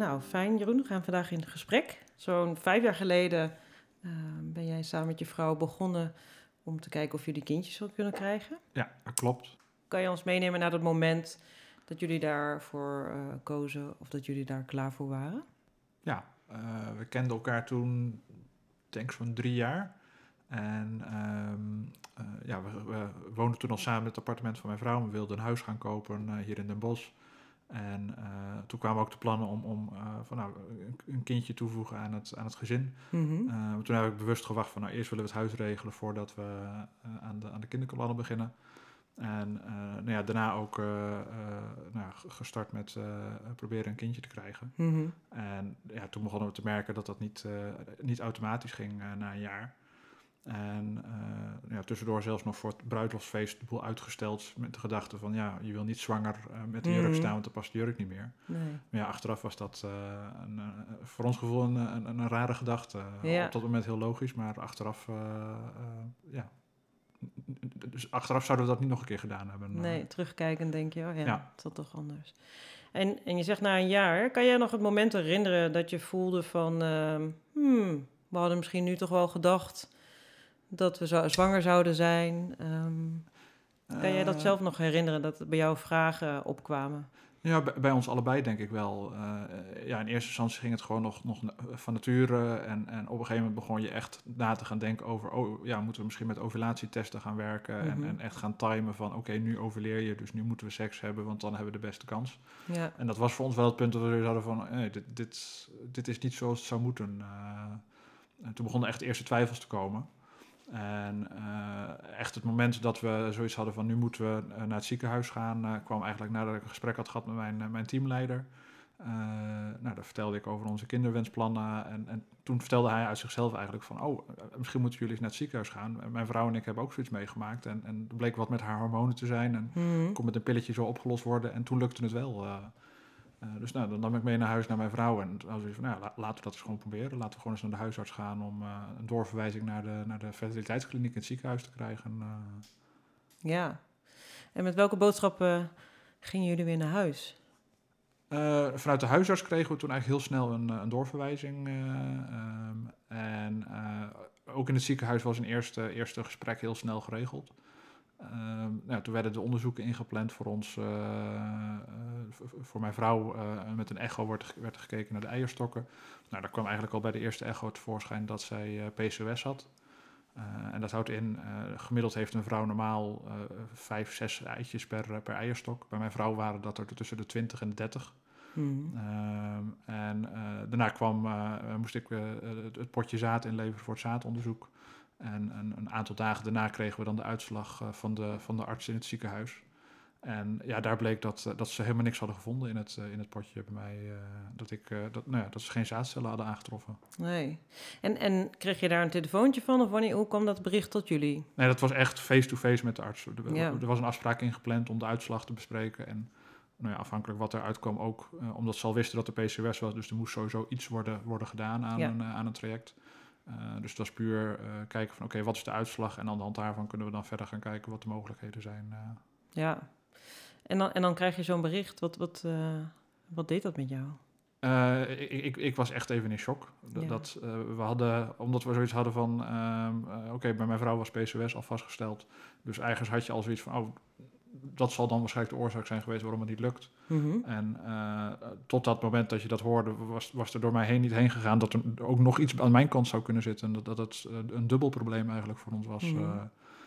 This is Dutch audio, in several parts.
Nou, fijn Jeroen, we gaan vandaag in gesprek. Zo'n 5 jaar geleden ben jij samen met je vrouw begonnen om te kijken of jullie kindjes zou kunnen krijgen. Ja, dat klopt. Kan je ons meenemen naar dat moment dat jullie daarvoor kozen of dat jullie daar klaar voor waren? Ja, we kenden elkaar toen, denk ik, zo'n 3 jaar. En ja, we woonden toen al samen in het appartement van mijn vrouw. We wilden een huis gaan kopen hier in Den Bosch. En toen kwamen ook de plannen om een kindje toevoegen aan het gezin. Mhm. Toen heb ik bewust gewacht van, nou, eerst willen we het huis regelen voordat we aan de kinderplannen beginnen. En daarna ook gestart met proberen een kindje te krijgen. Mhm. En ja, toen begonnen we te merken dat dat niet automatisch ging na een jaar. En tussendoor zelfs nog voor het bruiloftsfeest de boel uitgesteld met de gedachte van ja, je wil niet zwanger met de jurk staan, want dan past de jurk niet meer. Nee. Maar ja, achteraf was dat voor ons gevoel een rare gedachte. Ja. Op dat moment heel logisch, maar achteraf, dus achteraf zouden we dat niet nog een keer gedaan hebben. Nee, terugkijkend denk je, oh ja, Ja. het zat toch anders. En je zegt na een jaar, kan jij nog het moment herinneren dat je voelde van... we hadden misschien nu toch wel gedacht dat we zwanger zouden zijn. Kan jij dat zelf nog herinneren, dat er bij jou vragen opkwamen? Ja, bij ons allebei denk ik wel. In eerste instantie ging het gewoon nog van nature. En op een gegeven moment begon je echt na te gaan denken over... moeten we misschien met ovulatietesten gaan werken... Mhm. En echt gaan timen van... oké, nu ovuleer je, dus nu moeten we seks hebben... want dan hebben we de beste kans. Ja. En dat was voor ons wel het punt dat we hadden van... dit is niet zoals het zou moeten. En toen begonnen echt de eerste twijfels te komen... En echt het moment dat we zoiets hadden van nu moeten we naar het ziekenhuis gaan, kwam eigenlijk nadat ik een gesprek had gehad met mijn teamleider. Daar vertelde ik over onze kinderwensplannen en toen vertelde hij uit zichzelf eigenlijk van misschien moeten jullie eens naar het ziekenhuis gaan. En mijn vrouw en ik hebben ook zoiets meegemaakt en er bleek wat met haar hormonen te zijn en kon met een pilletje zo opgelost worden en toen lukte het wel. Dus dan nam ik mee naar huis naar mijn vrouw en toen was ik van, laten we dat eens gewoon proberen. Laten we gewoon eens naar de huisarts gaan om een doorverwijzing naar de fertiliteitskliniek in het ziekenhuis te krijgen. Ja. En met welke boodschappen gingen jullie weer naar huis? Vanuit de huisarts kregen we toen eigenlijk heel snel een doorverwijzing. Ook in het ziekenhuis was een eerste gesprek heel snel geregeld. Toen werden de onderzoeken ingepland voor ons. Voor mijn vrouw met een echo werd gekeken naar de eierstokken. Nou, daar kwam eigenlijk al bij de eerste echo tevoorschijn dat zij PCOS had. En dat houdt in, gemiddeld heeft een vrouw normaal 5, 6 eitjes per eierstok. Bij mijn vrouw waren dat er tussen de 20 en de 30. Daarna moest ik het potje zaad inleveren voor het zaadonderzoek. En een aantal dagen daarna kregen we dan de uitslag van de arts in het ziekenhuis. En ja, daar bleek dat ze helemaal niks hadden gevonden in het potje bij mij. Dat ze geen zaadcellen hadden aangetroffen. Nee. En kreeg je daar een telefoontje van? Of hoe kwam dat bericht tot jullie? Nee, dat was echt face-to-face met de arts. Er was een afspraak ingepland om de uitslag te bespreken. En afhankelijk wat eruit kwam ook, omdat ze al wisten dat er PCOS was. Dus er moest sowieso iets worden gedaan aan een traject. Dus het was puur kijken van oké, wat is de uitslag? En aan de hand daarvan kunnen we dan verder gaan kijken wat de mogelijkheden zijn. Ja, en dan krijg je zo'n bericht. Wat deed dat met jou? Ik was echt even in shock. Ja. Omdat we zoiets hadden van... bij mijn vrouw was PCOS al vastgesteld. Dus ergens had je al zoiets van... dat zal dan waarschijnlijk de oorzaak zijn geweest waarom het niet lukt. Mm-hmm. En tot dat moment dat je dat hoorde... was er door mij niet heen gegaan... dat er ook nog iets aan mijn kant zou kunnen zitten. Dat het een dubbel probleem eigenlijk voor ons was. Mm-hmm.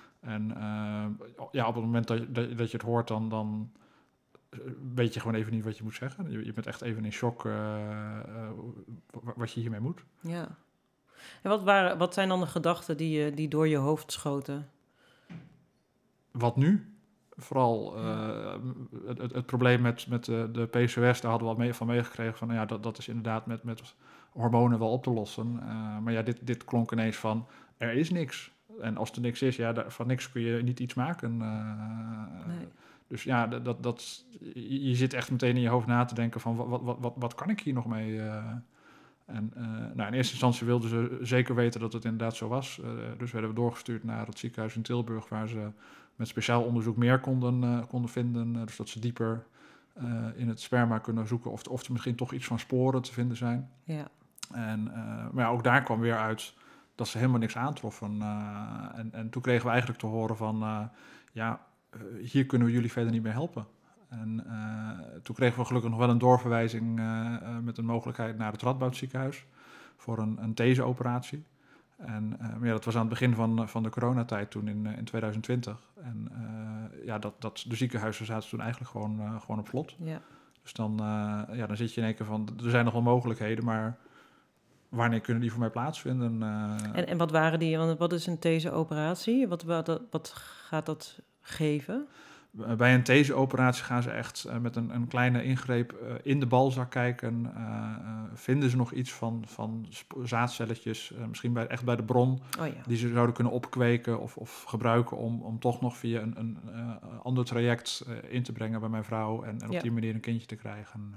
Op het moment dat je het hoort... dan weet je gewoon even niet wat je moet zeggen. Je bent echt even in shock wat je hiermee moet. Ja. En wat zijn dan de gedachten die door je hoofd schoten? Wat nu? Vooral het probleem met de PCOS, daar hadden we al van meegekregen van dat is inderdaad met hormonen wel op te lossen. Maar ja, dit klonk ineens van er is niks. En als er niks is, van niks kun je niet iets maken. Nee. Dus ja, je zit echt meteen in je hoofd na te denken van wat kan ik hier nog mee? In eerste instantie wilden ze zeker weten dat het inderdaad zo was. Dus werden we doorgestuurd naar het ziekenhuis in Tilburg, waar ze met speciaal onderzoek meer konden vinden. Dus dat ze dieper in het sperma kunnen zoeken of er misschien toch iets van sporen te vinden zijn. Ja. Maar ja, ook daar kwam weer uit dat ze helemaal niks aantroffen. En toen kregen we eigenlijk te horen van, hier kunnen we jullie verder niet meer helpen. En toen kregen we gelukkig nog wel een doorverwijzing met een mogelijkheid naar het Radboud ziekenhuis voor een TESE-operatie. Maar ja, dat was aan het begin van de coronatijd toen in 2020. En de ziekenhuizen zaten toen eigenlijk gewoon op slot. Ja. Dus dan zit je in één keer van, er zijn nog wel mogelijkheden, maar wanneer kunnen die voor mij plaatsvinden? En wat waren die? Want wat is een TESE-operatie? Wat gaat dat geven? Bij een TESE-operatie gaan ze echt met een kleine ingreep in de balzak kijken. Vinden ze nog iets van zaadcelletjes, misschien echt bij de bron, die ze zouden kunnen opkweken of gebruiken om toch nog via een ander traject in te brengen bij mijn vrouw en op die manier een kindje te krijgen.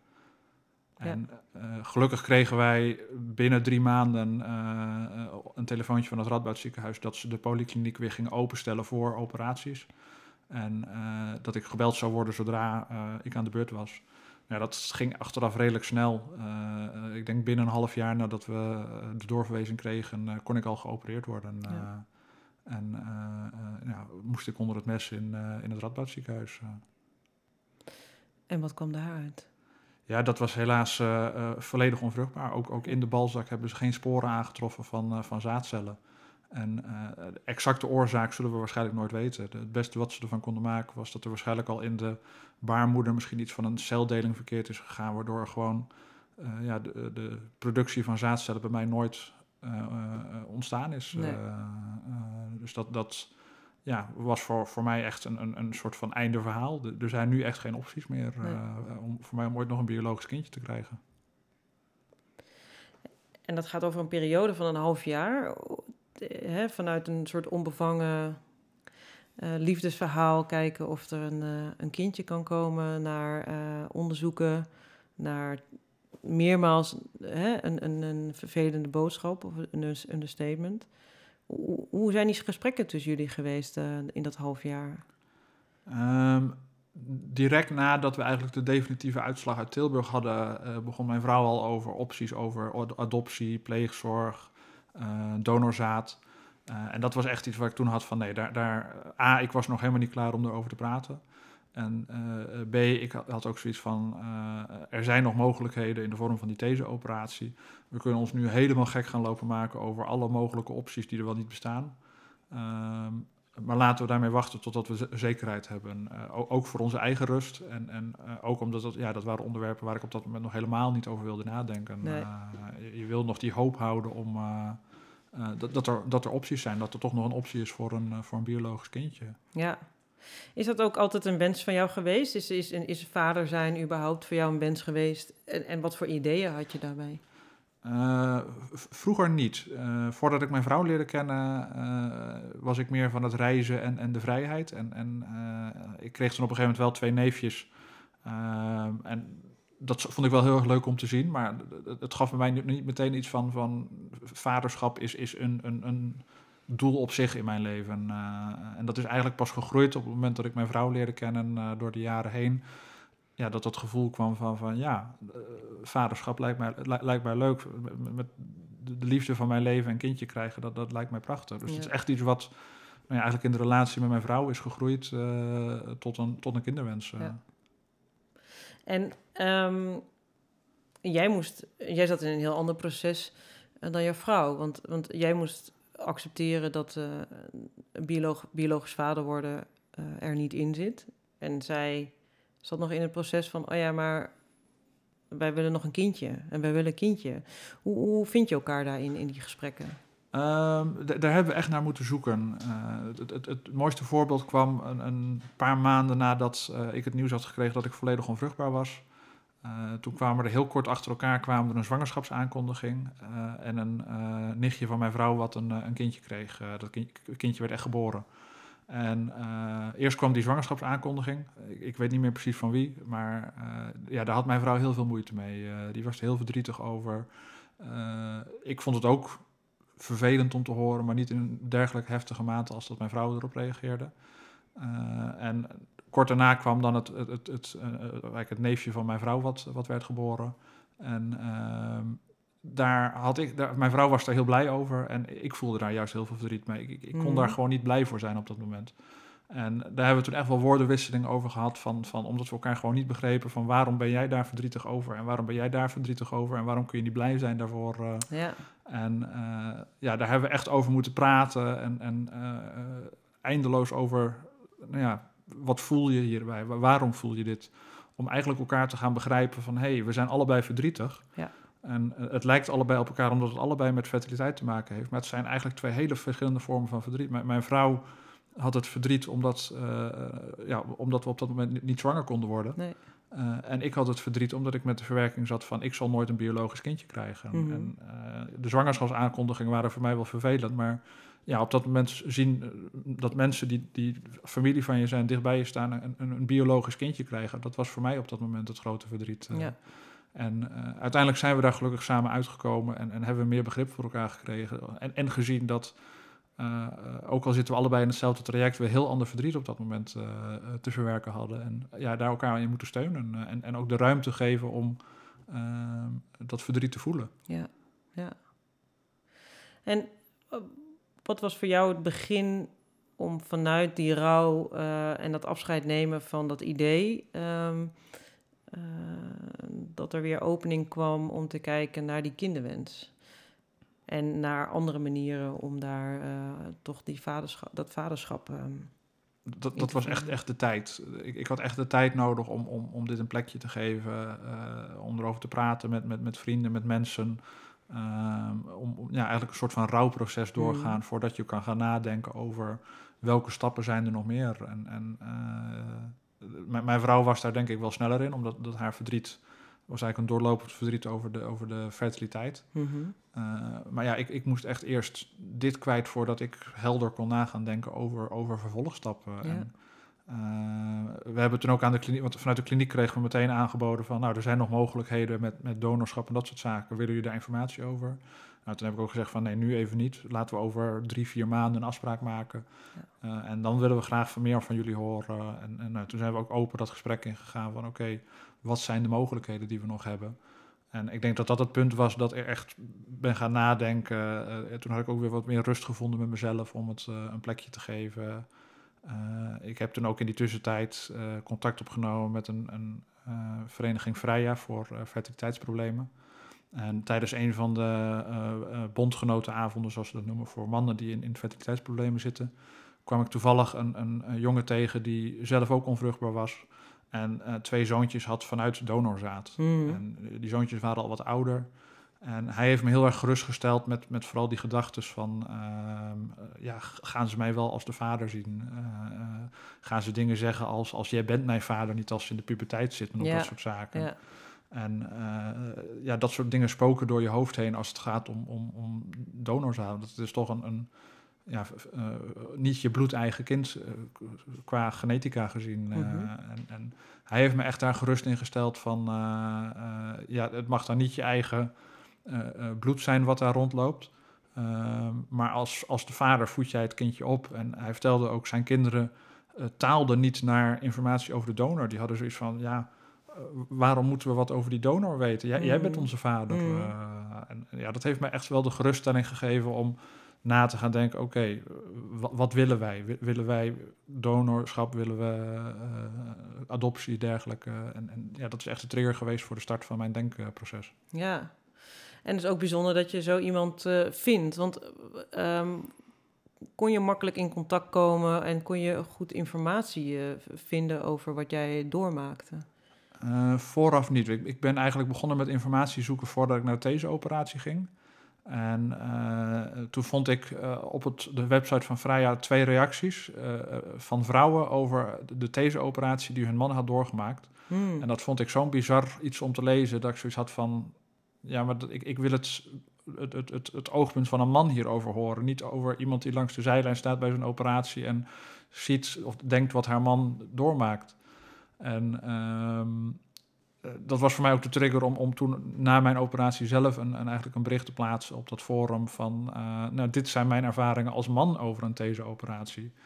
Gelukkig kregen wij binnen 3 maanden een telefoontje van het Radboud ziekenhuis dat ze de polykliniek weer gingen openstellen voor operaties. En dat ik gebeld zou worden zodra ik aan de beurt was. Ja, dat ging achteraf redelijk snel. Ik denk binnen een half jaar nadat we de doorverwijzing kregen, kon ik al geopereerd worden. Moest ik onder het mes in het Radboud ziekenhuis. En wat kwam daaruit? Ja, dat was helaas volledig onvruchtbaar. Ook in de balzak hebben ze geen sporen aangetroffen van zaadcellen. En de exacte oorzaak zullen we waarschijnlijk nooit weten. Het beste wat ze ervan konden maken was dat er waarschijnlijk al in de baarmoeder misschien iets van een celdeling verkeerd is gegaan, waardoor gewoon de productie van zaadcellen bij mij nooit ontstaan is. Nee. Dus dat was voor mij echt een soort van einde verhaal. Er zijn nu echt geen opties meer voor mij om ooit nog een biologisch kindje te krijgen. En dat gaat over een periode van een half jaar. Vanuit een soort onbevangen liefdesverhaal kijken of er een kindje kan komen, naar onderzoeken, naar meermaals een vervelende boodschap of een understatement. Hoe zijn die gesprekken tussen jullie geweest in dat half jaar? Direct nadat we eigenlijk de definitieve uitslag uit Tilburg hadden, begon mijn vrouw al over opties over adoptie, pleegzorg, donorzaad. En dat was echt iets waar ik toen had van nee, ik was nog helemaal niet klaar om erover te praten. En B, ik had ook zoiets van, er zijn nog mogelijkheden in de vorm van die TESE-operatie. We kunnen ons nu helemaal gek gaan lopen maken over alle mogelijke opties die er wel niet bestaan. Maar laten we daarmee wachten totdat we zekerheid hebben. Ook voor onze eigen rust. En ook omdat dat waren onderwerpen waar ik op dat moment nog helemaal niet over wilde nadenken. Nee. Je wil nog die hoop houden om dat er opties zijn. Dat er toch nog een optie is voor een biologisch kindje. Ja. Is dat ook altijd een wens van jou geweest? Is vader zijn überhaupt voor jou een wens geweest? En wat voor ideeën had je daarbij? Vroeger niet. Voordat ik mijn vrouw leerde kennen, was ik meer van het reizen en de vrijheid. En ik kreeg toen op een gegeven moment wel 2 neefjes. En dat vond ik wel heel erg leuk om te zien. Maar het gaf bij mij niet meteen iets van vaderschap is een doel op zich in mijn leven. En dat is eigenlijk pas gegroeid op het moment dat ik mijn vrouw leerde kennen door de jaren heen. Ja, dat gevoel kwam van vaderschap lijkt mij leuk. Met de liefde van mijn leven een kindje krijgen, dat lijkt mij prachtig. Dus het is echt iets wat eigenlijk in de relatie met mijn vrouw is gegroeid tot een kinderwens. Ja. En jij zat in een heel ander proces dan jouw vrouw. Want jij moest accepteren dat een biologisch vader worden er niet in zit. En zij zat nog in het proces van, maar wij willen nog een kindje. En wij willen een kindje. Hoe vind je elkaar daarin, in die gesprekken? Daar hebben we echt naar moeten zoeken. Het mooiste voorbeeld kwam een paar maanden nadat ik het nieuws had gekregen dat ik volledig onvruchtbaar was. Toen kwamen er heel kort achter elkaar een zwangerschapsaankondiging en een nichtje van mijn vrouw wat een kindje kreeg. Dat kindje werd echt geboren. En eerst kwam die zwangerschapsaankondiging. Ik weet niet meer precies van wie, maar daar had mijn vrouw heel veel moeite mee. Die was er heel verdrietig over. Ik vond het ook vervelend om te horen, maar niet in een dergelijk heftige mate als dat mijn vrouw erop reageerde. En kort daarna kwam dan eigenlijk het neefje van mijn vrouw wat werd geboren. En mijn vrouw was daar heel blij over. En ik voelde daar juist heel veel verdriet mee. Ik kon daar gewoon niet blij voor zijn op dat moment. En daar hebben we toen echt wel woordenwisseling over gehad. Van, omdat we elkaar gewoon niet begrepen van waarom ben jij daar verdrietig over? En waarom ben jij daar verdrietig over? En waarom kun je niet blij zijn daarvoor? En daar hebben we echt over moeten praten. En eindeloos over, wat voel je hierbij? Waarom voel je dit? Om eigenlijk elkaar te gaan begrijpen van, we zijn allebei verdrietig. Ja. En het lijkt allebei op elkaar omdat het allebei met fertiliteit te maken heeft. Maar het zijn eigenlijk 2 hele verschillende vormen van verdriet. Mijn vrouw had het verdriet omdat we op dat moment niet zwanger konden worden. Nee. En ik had het verdriet omdat ik met de verwerking zat van, ik zal nooit een biologisch kindje krijgen. Mm-hmm. En de zwangerschapsaankondigingen waren voor mij wel vervelend, maar op dat moment zien dat mensen die familie van je zijn, dichtbij je staan, een biologisch kindje krijgen, dat was voor mij op dat moment het grote verdriet. En uiteindelijk zijn we daar gelukkig samen uitgekomen en hebben we meer begrip voor elkaar gekregen. En gezien dat, ook al zitten we allebei in hetzelfde traject, we heel ander verdriet op dat moment te verwerken hadden. En daar elkaar in moeten steunen. En ook de ruimte geven om dat verdriet te voelen. Ja. En wat was voor jou het begin om vanuit die rouw en dat afscheid nemen van dat idee, dat er weer opening kwam om te kijken naar die kinderwens? En naar andere manieren om daar toch dat vaderschap... Dat was echt de tijd. Ik had echt de tijd nodig om dit een plekje te geven. Om erover te praten met vrienden, met mensen. Eigenlijk een soort van rouwproces doorgaan voordat je kan gaan nadenken over welke stappen zijn er nog meer. Mijn vrouw was daar denk ik wel sneller in, omdat haar verdriet was eigenlijk een doorlopend verdriet over de fertiliteit. Mm-hmm. Maar ik moest echt eerst dit kwijt voordat ik helder kon nagaan denken over vervolgstappen. Ja. En we hebben toen ook aan de kliniek, want vanuit de kliniek kregen we meteen aangeboden van, er zijn nog mogelijkheden met donorschap en dat soort zaken. Willen jullie daar informatie over? Nou, toen heb ik ook gezegd van, nee, nu even niet. Laten we over 3-4 maanden een afspraak maken. Ja. En dan willen we graag meer van jullie horen. En toen zijn we ook open dat gesprek ingegaan van, oké, wat zijn de mogelijkheden die we nog hebben? En ik denk dat dat het punt was dat ik echt ben gaan nadenken. Toen had ik ook weer wat meer rust gevonden met mezelf om het een plekje te geven. Ik heb toen ook in die tussentijd contact opgenomen met een vereniging Freya voor fertiliteitsproblemen. En tijdens een van de bondgenotenavonden, zoals ze dat noemen, voor mannen die in fertiliteitsproblemen zitten, kwam ik toevallig een jongen tegen die zelf ook onvruchtbaar was. En 2 zoontjes had vanuit donorzaad. Mm. En die zoontjes waren al wat ouder. En hij heeft me heel erg gerustgesteld met vooral die gedachtes van, gaan ze mij wel als de vader zien? Gaan ze dingen zeggen als jij bent mijn vader, niet als ze in de puberteit zitten of dat soort zaken. Ja. En dat soort dingen spoken door je hoofd heen als het gaat om donorzaad. Dat is toch niet je bloedeigen kind qua genetica gezien. Mm-hmm. En hij heeft me echt daar gerust in gesteld van, het mag dan niet je eigen bloed zijn wat daar rondloopt. Maar als de vader voed jij het kindje op. En hij vertelde ook, zijn kinderen taalden niet naar informatie over de donor. Die hadden zoiets van, waarom moeten we wat over die donor weten? Jij bent onze vader. Dat heeft mij echt wel de geruststelling gegeven om na te gaan denken, oké, wat willen wij? Willen wij donorschap? Willen we adoptie, dergelijke? En dat is echt de trigger geweest voor de start van mijn denkproces. Ja, en het is ook bijzonder dat je zo iemand vindt. Want kon je makkelijk in contact komen en kon je goed informatie vinden over wat jij doormaakte? Vooraf niet. Ik ben eigenlijk begonnen met informatie zoeken voordat ik naar de theseoperatie ging. En toen vond ik op de website van Freya 2 reacties van vrouwen over de theseoperatie die hun man had doorgemaakt. En dat vond ik zo'n bizar iets om te lezen, dat ik zoiets had van, maar ik wil het oogpunt van een man hierover horen. Niet over iemand die langs de zijlijn staat bij zo'n operatie en ziet of denkt wat haar man doormaakt. En dat was voor mij ook de trigger om toen na mijn operatie zelf eigenlijk een bericht te plaatsen op dat forum van, dit zijn mijn ervaringen als man over een theseoperatie.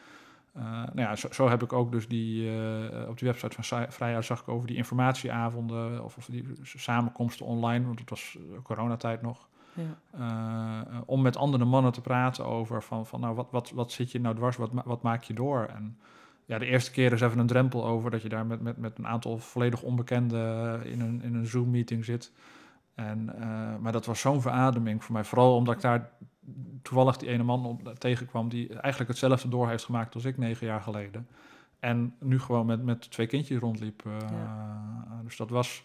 Nou ja, zo heb ik ook dus op die website van Vrijheid zag ik over die informatieavonden of die samenkomsten online, want het was coronatijd nog. Ja. Om met andere mannen te praten over van nou, wat zit je nou dwars, wat maak je door? En ja, de eerste keer is even een drempel over dat je daar met een aantal volledig onbekenden in een Zoom-meeting zit. Maar dat was zo'n verademing voor mij. Vooral omdat ik daar toevallig die ene man tegenkwam die eigenlijk hetzelfde door heeft gemaakt als ik 9 jaar geleden. En nu gewoon met 2 kindjes rondliep. Dus dat was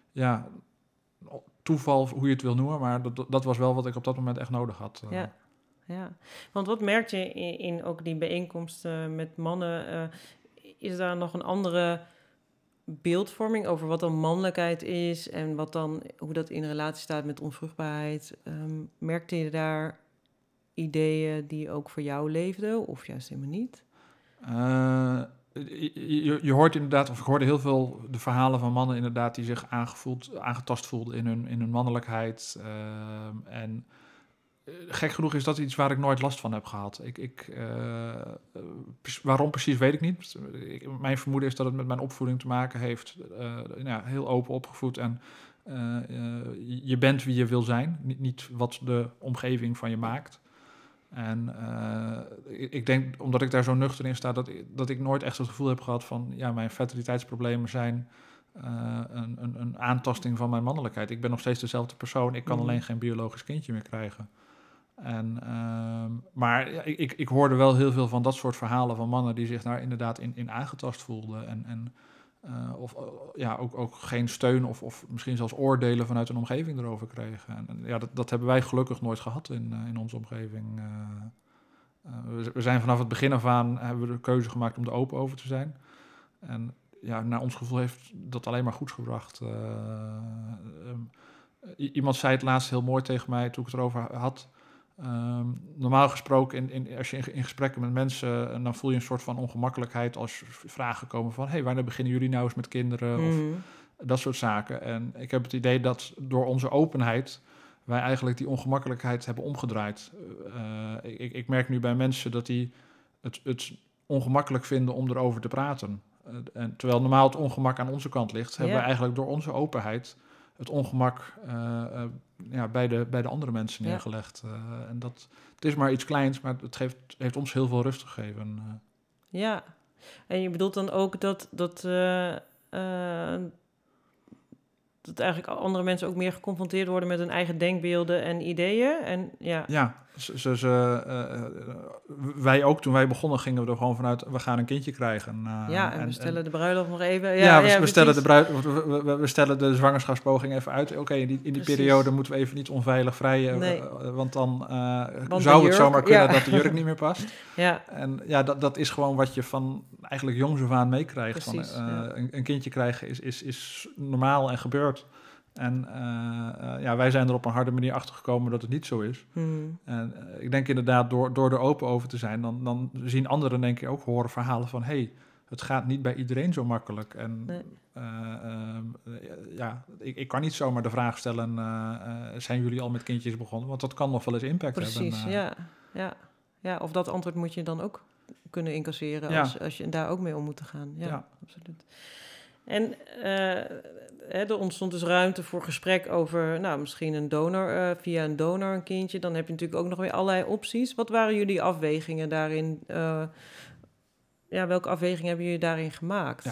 toeval, hoe je het wil noemen. Maar dat was wel wat ik op dat moment echt nodig had. Ja, want wat merk je in ook die bijeenkomsten met mannen? Is daar nog een andere beeldvorming over wat dan mannelijkheid is en hoe dat in relatie staat met onvruchtbaarheid? Merkte je daar ideeën die ook voor jou leefden of juist helemaal niet? Je hoort inderdaad, of ik hoorde heel veel de verhalen van mannen inderdaad die zich aangetast voelden in hun mannelijkheid. En gek genoeg is dat iets waar ik nooit last van heb gehad. Waarom precies weet ik niet. Mijn vermoeden is dat het met mijn opvoeding te maken heeft. Heel open opgevoed en je bent wie je wil zijn. Niet wat de omgeving van je maakt. En ik denk, omdat ik daar zo nuchter in sta, dat ik nooit echt het gevoel heb gehad van mijn fertiliteitsproblemen zijn een aantasting van mijn mannelijkheid. Ik ben nog steeds dezelfde persoon. Ik kan alleen geen biologisch kindje meer krijgen. Maar ik hoorde wel heel veel van dat soort verhalen van mannen die zich daar inderdaad in aangetast voelden. Ook geen steun of misschien zelfs oordelen vanuit een omgeving erover kregen. Dat hebben wij gelukkig nooit gehad in onze omgeving. We zijn vanaf het begin af aan hebben we de keuze gemaakt om er open over te zijn. En naar ons gevoel heeft dat alleen maar goeds gebracht. Iemand zei het laatst heel mooi tegen mij toen ik het erover had. Normaal gesproken, als je in gesprekken met mensen, dan voel je een soort van ongemakkelijkheid als vragen komen van, hey, wanneer beginnen jullie nou eens met kinderen? Of dat soort zaken. En ik heb het idee dat door onze openheid wij eigenlijk die ongemakkelijkheid hebben omgedraaid. Ik merk nu bij mensen dat die het ongemakkelijk vinden om erover te praten. Terwijl normaal het ongemak aan onze kant ligt, hebben wij eigenlijk door onze openheid het ongemak bij de andere mensen neergelegd. Het is maar iets kleins, maar het heeft ons heel veel rust gegeven. Ja, en je bedoelt dan ook dat eigenlijk andere mensen ook meer geconfronteerd worden met hun eigen denkbeelden en ideeën. En, wij ook, toen wij begonnen, gingen we er gewoon vanuit, we gaan een kindje krijgen. En we stellen de bruiloft nog even. We stellen de zwangerschapspoging even uit. Oké, in die periode moeten we even niet onveilig vrijen, want dan zou het zomaar kunnen dat de jurk niet meer past. En dat is gewoon wat je van eigenlijk jongs af aan meekrijgt. Een kindje krijgen is normaal en gebeurt. En wij zijn er op een harde manier achter gekomen dat het niet zo is. En ik denk inderdaad, door er open over te zijn, dan zien anderen denk ik ook horen verhalen van, hey, het gaat niet bij iedereen zo makkelijk. En ik kan niet zomaar de vraag stellen, zijn jullie al met kindjes begonnen? Want dat kan nog wel eens impact hebben. Precies, ja, of dat antwoord moet je dan ook kunnen incasseren als je daar ook mee om moet gaan. Ja, absoluut. En er ontstond dus ruimte voor gesprek over, misschien een donor, via een donor een kindje. Dan heb je natuurlijk ook nog weer allerlei opties. Wat waren jullie afwegingen daarin? Welke afwegingen hebben jullie daarin gemaakt?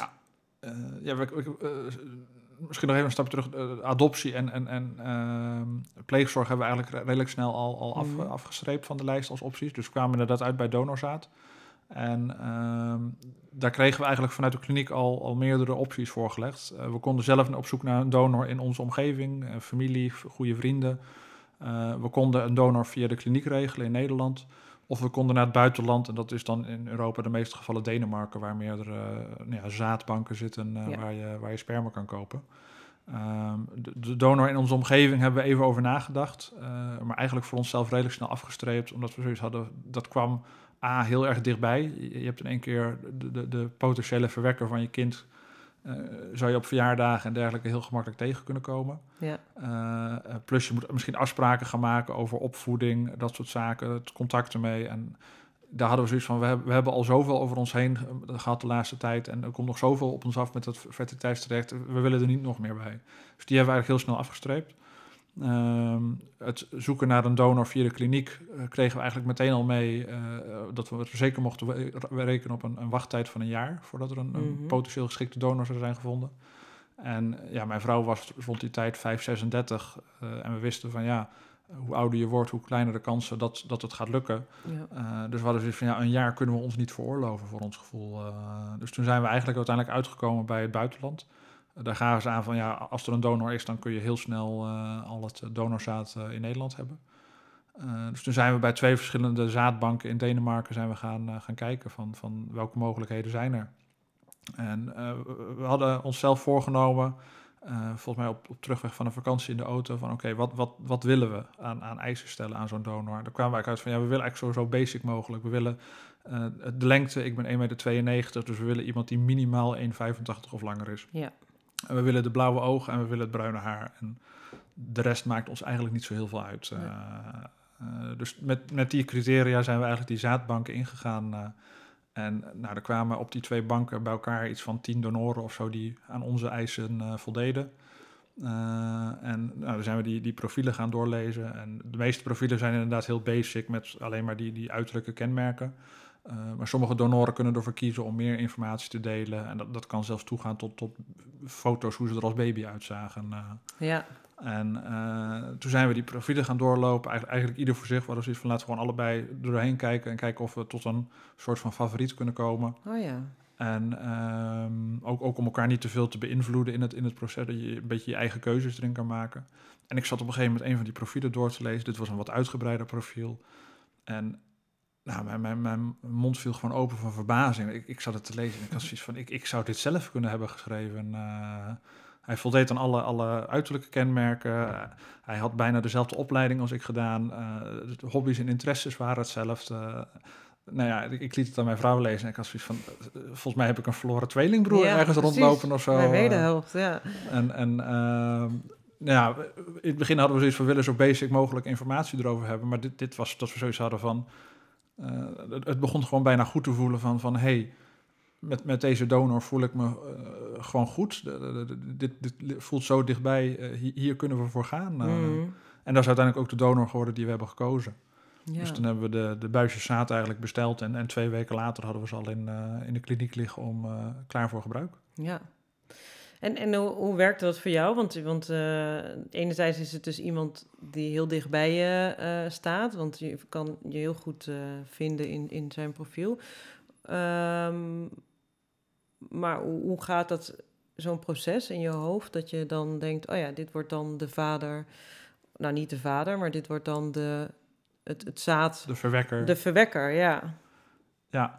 Misschien nog even een stapje terug. Adoptie en pleegzorg hebben we eigenlijk redelijk snel al afgestreept van de lijst als opties. Dus we kwamen inderdaad uit bij donorzaad. En daar kregen we eigenlijk vanuit de kliniek al meerdere opties voorgelegd. We konden zelf op zoek naar een donor in onze omgeving, familie, goede vrienden. We konden een donor via de kliniek regelen in Nederland. Of we konden naar het buitenland, en dat is dan in Europa de meeste gevallen Denemarken, waar meerdere zaadbanken zitten waar je sperma kan kopen. De donor in onze omgeving hebben we even over nagedacht. Maar eigenlijk voor onszelf redelijk snel afgestreept, omdat we zoiets hadden, dat kwam heel erg dichtbij. Je hebt in één keer de potentiële verwekker van je kind, zou je op verjaardagen en dergelijke heel gemakkelijk tegen kunnen komen. Plus je moet misschien afspraken gaan maken over opvoeding, dat soort zaken, het contact ermee. En daar hadden we zoiets van, we hebben al zoveel over ons heen gehad de laatste tijd. En er komt nog zoveel op ons af met dat fertiliteitstraject. We willen er niet nog meer bij. Dus die hebben we eigenlijk heel snel afgestreept. Het zoeken naar een donor via de kliniek kregen we eigenlijk meteen al mee dat we zeker mochten rekenen op een wachttijd van een jaar voordat er een potentieel geschikte donor zou zijn gevonden. En ja, mijn vrouw was rond die tijd 36 en we wisten van hoe ouder je wordt, hoe kleiner de kansen dat het gaat lukken. Ja. Dus we hadden zoiets van een jaar kunnen we ons niet veroorloven voor ons gevoel. Dus toen zijn we eigenlijk uiteindelijk uitgekomen bij het buitenland. Daar gaven ze aan van als er een donor is, dan kun je heel snel al het donorzaad in Nederland hebben. Dus toen zijn we bij 2 verschillende zaadbanken in Denemarken zijn we gaan kijken van welke mogelijkheden zijn er. En we hadden onszelf voorgenomen, volgens mij op terugweg van een vakantie in de auto, van oké, wat willen we aan eisen stellen aan zo'n donor? Daar kwamen we uit van we willen eigenlijk zo basic mogelijk. We willen de lengte, ik ben 1,92 meter, dus we willen iemand die minimaal 1,85 of langer is. Ja. En we willen de blauwe ogen en we willen het bruine haar. En de rest maakt ons eigenlijk niet zo heel veel uit. Dus met die criteria zijn we eigenlijk die zaadbanken ingegaan. En er kwamen op die 2 banken bij elkaar iets van 10 donoren of zo die aan onze eisen voldeden. En dan zijn we die profielen gaan doorlezen. En de meeste profielen zijn inderdaad heel basic met alleen maar die uiterlijke kenmerken. Maar sommige donoren kunnen ervoor kiezen om meer informatie te delen. En dat kan zelfs toegaan tot foto's hoe ze er als baby uitzagen. Ja. En toen zijn we die profielen gaan doorlopen. Eigenlijk ieder voor zich. We hadden zoiets van laten we gewoon allebei doorheen kijken. En kijken of we tot een soort van favoriet kunnen komen. Oh ja. En ook om elkaar niet te veel te beïnvloeden in het proces. Dat je een beetje je eigen keuzes erin kan maken. En ik zat op een gegeven moment een van die profielen door te lezen. Dit was een wat uitgebreider profiel. En mijn mond viel gewoon open van verbazing. Ik zat het te lezen en ik had zoiets van, ik zou dit zelf kunnen hebben geschreven. Hij voldeed aan alle uiterlijke kenmerken. Hij had bijna dezelfde opleiding als ik gedaan. De hobby's en interesses waren hetzelfde. Ik liet het aan mijn vrouw lezen en ik had zoiets van, volgens mij heb ik een verloren tweelingbroer ergens rondlopen of zo. Mijn wederhelft, ja. In het begin hadden we zoiets van, willen zo basic mogelijk informatie erover hebben. Maar dit was dat we zoiets hadden van, het begon gewoon bijna goed te voelen van hey, met deze donor voel ik me gewoon goed. Dit voelt zo dichtbij, hier kunnen we voor gaan. En dat is uiteindelijk ook de donor geworden die we hebben gekozen. Ja. Dus toen hebben we de buisjes zaad eigenlijk besteld en 2 weken later hadden we ze al in de kliniek liggen om klaar voor gebruik. Ja. En hoe werkte dat voor jou? Want enerzijds is het dus iemand die heel dicht bij je staat, want je kan je heel goed vinden in zijn profiel. Maar hoe gaat dat, zo'n proces in je hoofd, dat je dan denkt, dit wordt dan de vader, nou niet de vader, maar dit wordt dan het zaad. De verwekker. De verwekker, ja. Ja.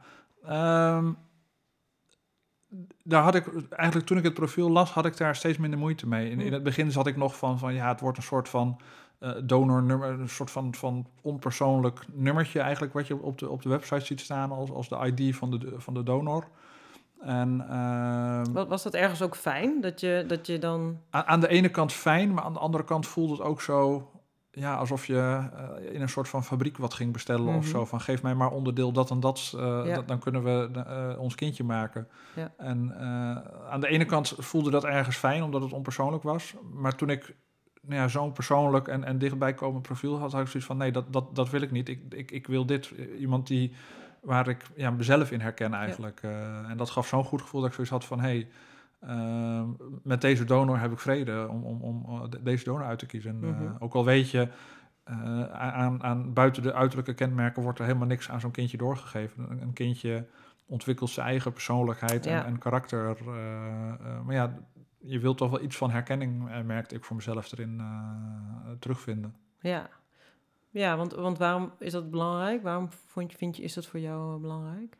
Daar had ik eigenlijk, toen ik het profiel las, had ik daar steeds minder moeite mee. In het begin zat ik nog van het wordt een soort van donornummer, een soort van onpersoonlijk nummertje eigenlijk, wat je op de website ziet staan als de ID van de donor. En, was dat ergens ook fijn, dat je dan... Aan de ene kant fijn, maar aan de andere kant voelde het ook zo, alsof je in een soort van fabriek wat ging bestellen of zo. Van geef mij maar onderdeel dat en dat, dan kunnen we ons kindje maken. Ja. En aan de ene kant voelde dat ergens fijn, omdat het onpersoonlijk was. Maar toen ik zo'n persoonlijk en dichtbij komend profiel had ik zoiets van, nee, dat wil ik niet. Ik wil dit, iemand waar ik mezelf in herken eigenlijk. Ja. En dat gaf zo'n goed gevoel dat ik zoiets had van, hey, met deze donor heb ik vrede om deze donor uit te kiezen. Ook al weet je, aan buiten de uiterlijke kenmerken wordt er helemaal niks aan zo'n kindje doorgegeven. Een kindje ontwikkelt zijn eigen persoonlijkheid en karakter. Maar je wilt toch wel iets van herkenning, merkte ik voor mezelf erin terugvinden. Ja, want waarom is dat belangrijk? Waarom vind je, is dat voor jou belangrijk?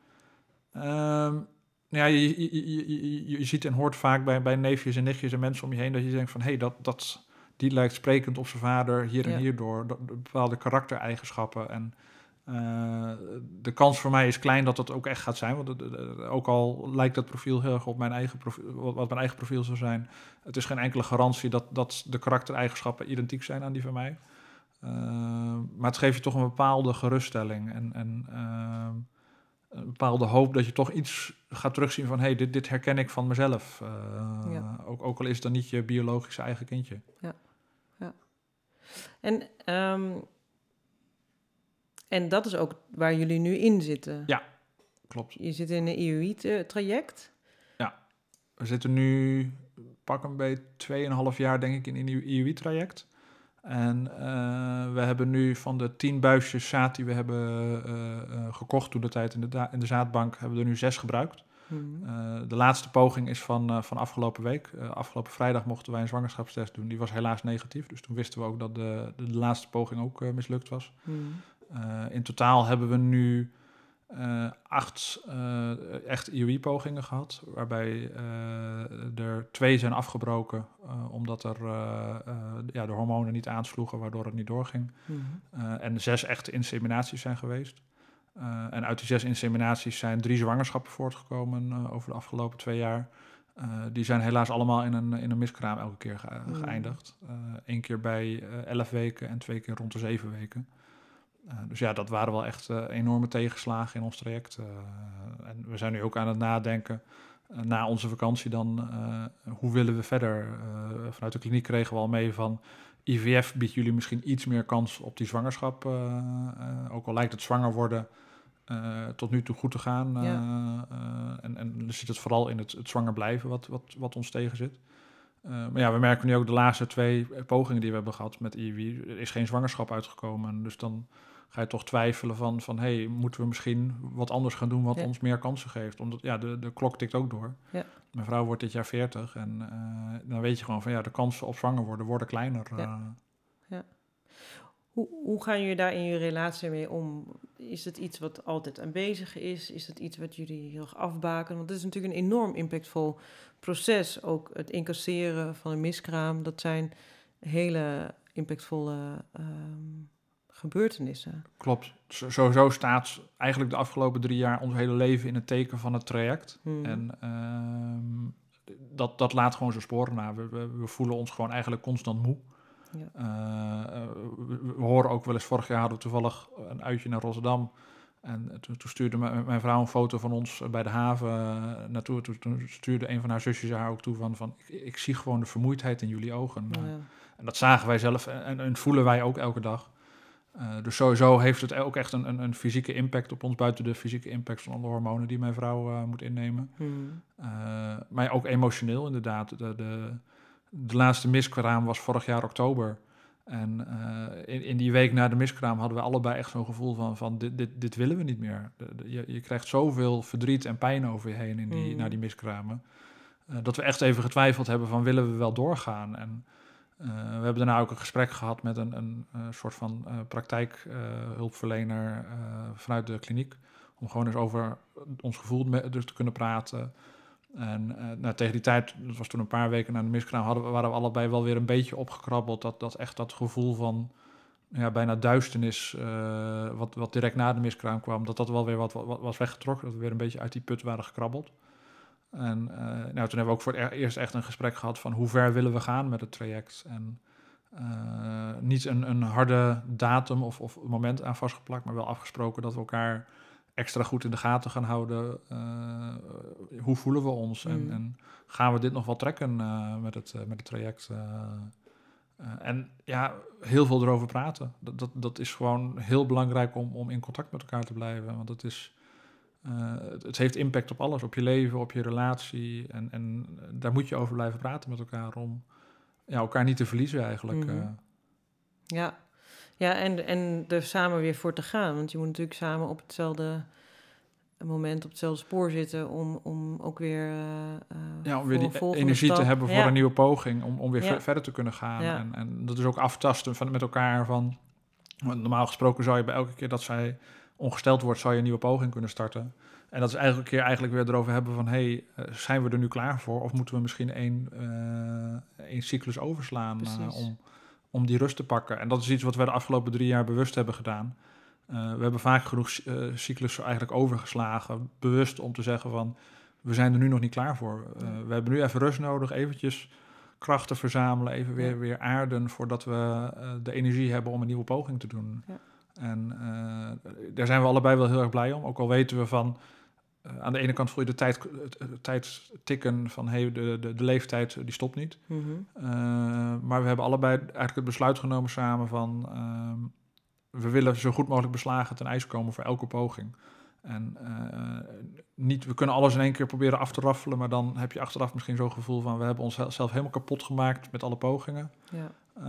Je ziet en hoort vaak bij neefjes en nichtjes en mensen om je heen dat je denkt van, hey, die lijkt sprekend op zijn vader hier en hierdoor, bepaalde karaktereigenschappen. En de kans voor mij is klein dat dat ook echt gaat zijn, want ook al lijkt dat profiel heel erg op mijn eigen profiel, wat mijn eigen profiel zou zijn, het is geen enkele garantie dat de karaktereigenschappen identiek zijn aan die van mij. Maar het geeft je toch een bepaalde geruststelling en een bepaalde hoop dat je toch iets gaat terugzien van... hey, dit herken ik van mezelf. Ook al is het dan niet je biologische eigen kindje. Ja. En dat is ook waar jullie nu in zitten. Ja, klopt. Je zit in een IUI-traject. Ja, we zitten nu pak een beetje 2,5 jaar denk ik in een IUI-traject. En we hebben nu van de 10 buisjes zaad die we hebben gekocht toen de tijd in de zaadbank, hebben we er nu 6 gebruikt. De laatste poging is van afgelopen week. Afgelopen vrijdag mochten wij een zwangerschapstest doen. Die was helaas negatief, dus toen wisten we ook dat de laatste poging ook mislukt was. In totaal hebben we nu 8 echt IUI-pogingen gehad, waarbij er 2 zijn afgebroken omdat er de hormonen niet aansloegen, waardoor het niet doorging. En 6 echte inseminaties zijn geweest. En uit die 6 inseminaties zijn 3 zwangerschappen voortgekomen over de afgelopen 2 jaar. Die zijn helaas allemaal in een miskraam elke keer geëindigd. 1 keer bij 11 weken en 2 keer rond de 7 weken. Dus ja, dat waren wel echt enorme tegenslagen in ons traject. En we zijn nu ook aan het nadenken, na onze vakantie dan, hoe willen we verder? Vanuit de kliniek kregen we al mee van... IVF biedt jullie misschien iets meer kans op die zwangerschap. Ook al lijkt het zwanger worden tot nu toe goed te gaan. En dan zit het vooral in het zwanger blijven wat ons tegen zit. Maar ja, we merken nu ook de laatste 2 pogingen die we hebben gehad met IUI. Er is geen zwangerschap uitgekomen. Dus dan ga je toch twijfelen van hey, moeten we misschien wat anders gaan doen wat ons meer kansen geeft. Omdat de klok tikt ook door. Ja. Mijn vrouw wordt dit jaar 40 en dan weet je gewoon van de kansen op zwanger worden kleiner. Ja. Hoe gaan jullie daar in je relatie mee om? Is het iets wat altijd aanwezig is? Is het iets wat jullie heel erg afbaken? Want het is natuurlijk een enorm impactvol proces. Ook het incasseren van een miskraam, dat zijn hele impactvolle gebeurtenissen. Klopt. Sowieso staat eigenlijk de afgelopen 3 jaar ons hele leven in het teken van het traject. En dat laat gewoon zijn sporen na. We voelen ons gewoon eigenlijk constant moe. Ja. We horen ook wel eens, vorig jaar hadden we toevallig een uitje naar Rotterdam. En toen stuurde mijn vrouw een foto van ons bij de haven naartoe. Toen stuurde een van haar zusjes haar ook toe van ik zie gewoon de vermoeidheid in jullie ogen. Ja. En dat zagen wij zelf en voelen wij ook elke dag. Dus sowieso heeft het ook echt een fysieke impact op ons, buiten de fysieke impact van alle hormonen die mijn vrouw moet innemen. Maar ook emotioneel inderdaad. De laatste miskraam was vorig jaar oktober. En in die week na de miskraam hadden we allebei echt zo'n gevoel van dit willen we niet meer. Je krijgt zoveel verdriet en pijn over je heen na die miskramen. Dat we echt even getwijfeld hebben van willen we wel doorgaan. En we hebben daarna ook een gesprek gehad met een soort van praktijkhulpverlener vanuit de kliniek. Om gewoon eens over ons gevoel dus te kunnen praten. En tegen die tijd, dat was toen een paar weken na de miskraam, waren we allebei wel weer een beetje opgekrabbeld. Dat echt dat gevoel van bijna duisternis, wat direct na de miskraam kwam, dat wel weer wat was weggetrokken. Dat we weer een beetje uit die put waren gekrabbeld. En toen hebben we ook voor het eerst echt een gesprek gehad van hoe ver willen we gaan met het traject. En niet een harde datum of moment aan vastgeplakt, maar wel afgesproken dat we elkaar extra goed in de gaten gaan houden. Hoe voelen we ons en gaan we dit nog wel trekken met het traject? En heel veel erover praten. Dat is gewoon heel belangrijk om in contact met elkaar te blijven. Want het heeft impact op alles, op je leven, op je relatie. En daar moet je over blijven praten met elkaar om elkaar niet te verliezen eigenlijk. Ja, en er samen weer voor te gaan. Want je moet natuurlijk samen op hetzelfde moment, op hetzelfde spoor zitten om ook weer om weer die energie te hebben voor een nieuwe poging, om weer verder te kunnen gaan. Ja. En dat is ook aftasten met elkaar van, normaal gesproken zou je bij elke keer dat zij ongesteld wordt, zou je een nieuwe poging kunnen starten. En dat is eigenlijk weer erover hebben van, zijn we er nu klaar voor? Of moeten we misschien één cyclus overslaan om die rust te pakken? En dat is iets wat we de afgelopen 3 jaar bewust hebben gedaan. We hebben vaak genoeg cyclussen eigenlijk overgeslagen, bewust om te zeggen van, we zijn er nu nog niet klaar voor. We hebben nu even rust nodig, eventjes krachten verzamelen, even weer aarden, voordat we de energie hebben om een nieuwe poging te doen. Ja. En daar zijn we allebei wel heel erg blij om. Ook al weten we van, aan de ene kant voel je de tijd tikken van de leeftijd die stopt niet. Mhm. Maar we hebben allebei eigenlijk het besluit genomen samen van, we willen zo goed mogelijk beslagen ten ijs komen voor elke poging. En we kunnen alles in één keer proberen af te raffelen, maar dan heb je achteraf misschien zo'n gevoel van, we hebben onszelf helemaal kapot gemaakt met alle pogingen. Ja.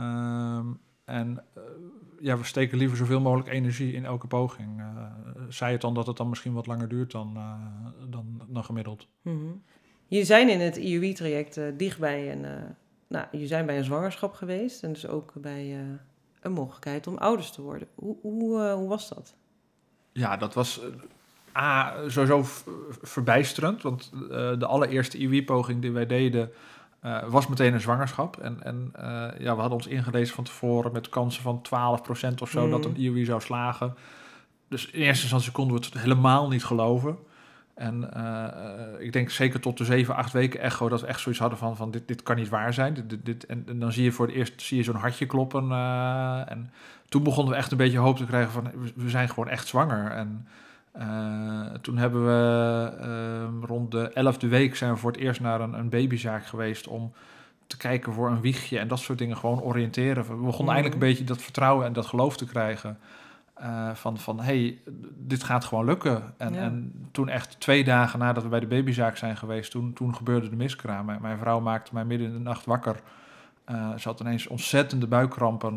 We steken liever zoveel mogelijk energie in elke poging. Zij het dan dat het dan misschien wat langer duurt dan gemiddeld. Mm-hmm. Je zijn in het IUI-traject dichtbij je zijn bij een zwangerschap geweest en dus ook bij een mogelijkheid om ouders te worden. Hoe was dat? Ja, dat was sowieso verbijsterend, want de allereerste IUI-poging die wij deden was meteen een zwangerschap. We hadden ons ingelezen van tevoren met kansen van 12% of zo dat een IUI zou slagen. Dus in eerste instantie konden we het helemaal niet geloven. En ik denk zeker tot de 7-8 weken echo dat we echt zoiets hadden van dit kan niet waar zijn. En dan zie je voor het eerst zo'n hartje kloppen. En toen begonnen we echt een beetje hoop te krijgen van we zijn gewoon echt zwanger. En toen hebben we rond de 11e week zijn we voor het eerst naar een babyzaak geweest om te kijken voor een wiegje en dat soort dingen, gewoon oriënteren. We begonnen eigenlijk een beetje dat vertrouwen en dat geloof te krijgen. Van hey, dit gaat gewoon lukken. En toen echt 2 dagen nadat we bij de babyzaak zijn geweest, toen gebeurde de miskraam. Mijn vrouw maakte mij midden in de nacht wakker. Ze had ineens ontzettende buikkrampen.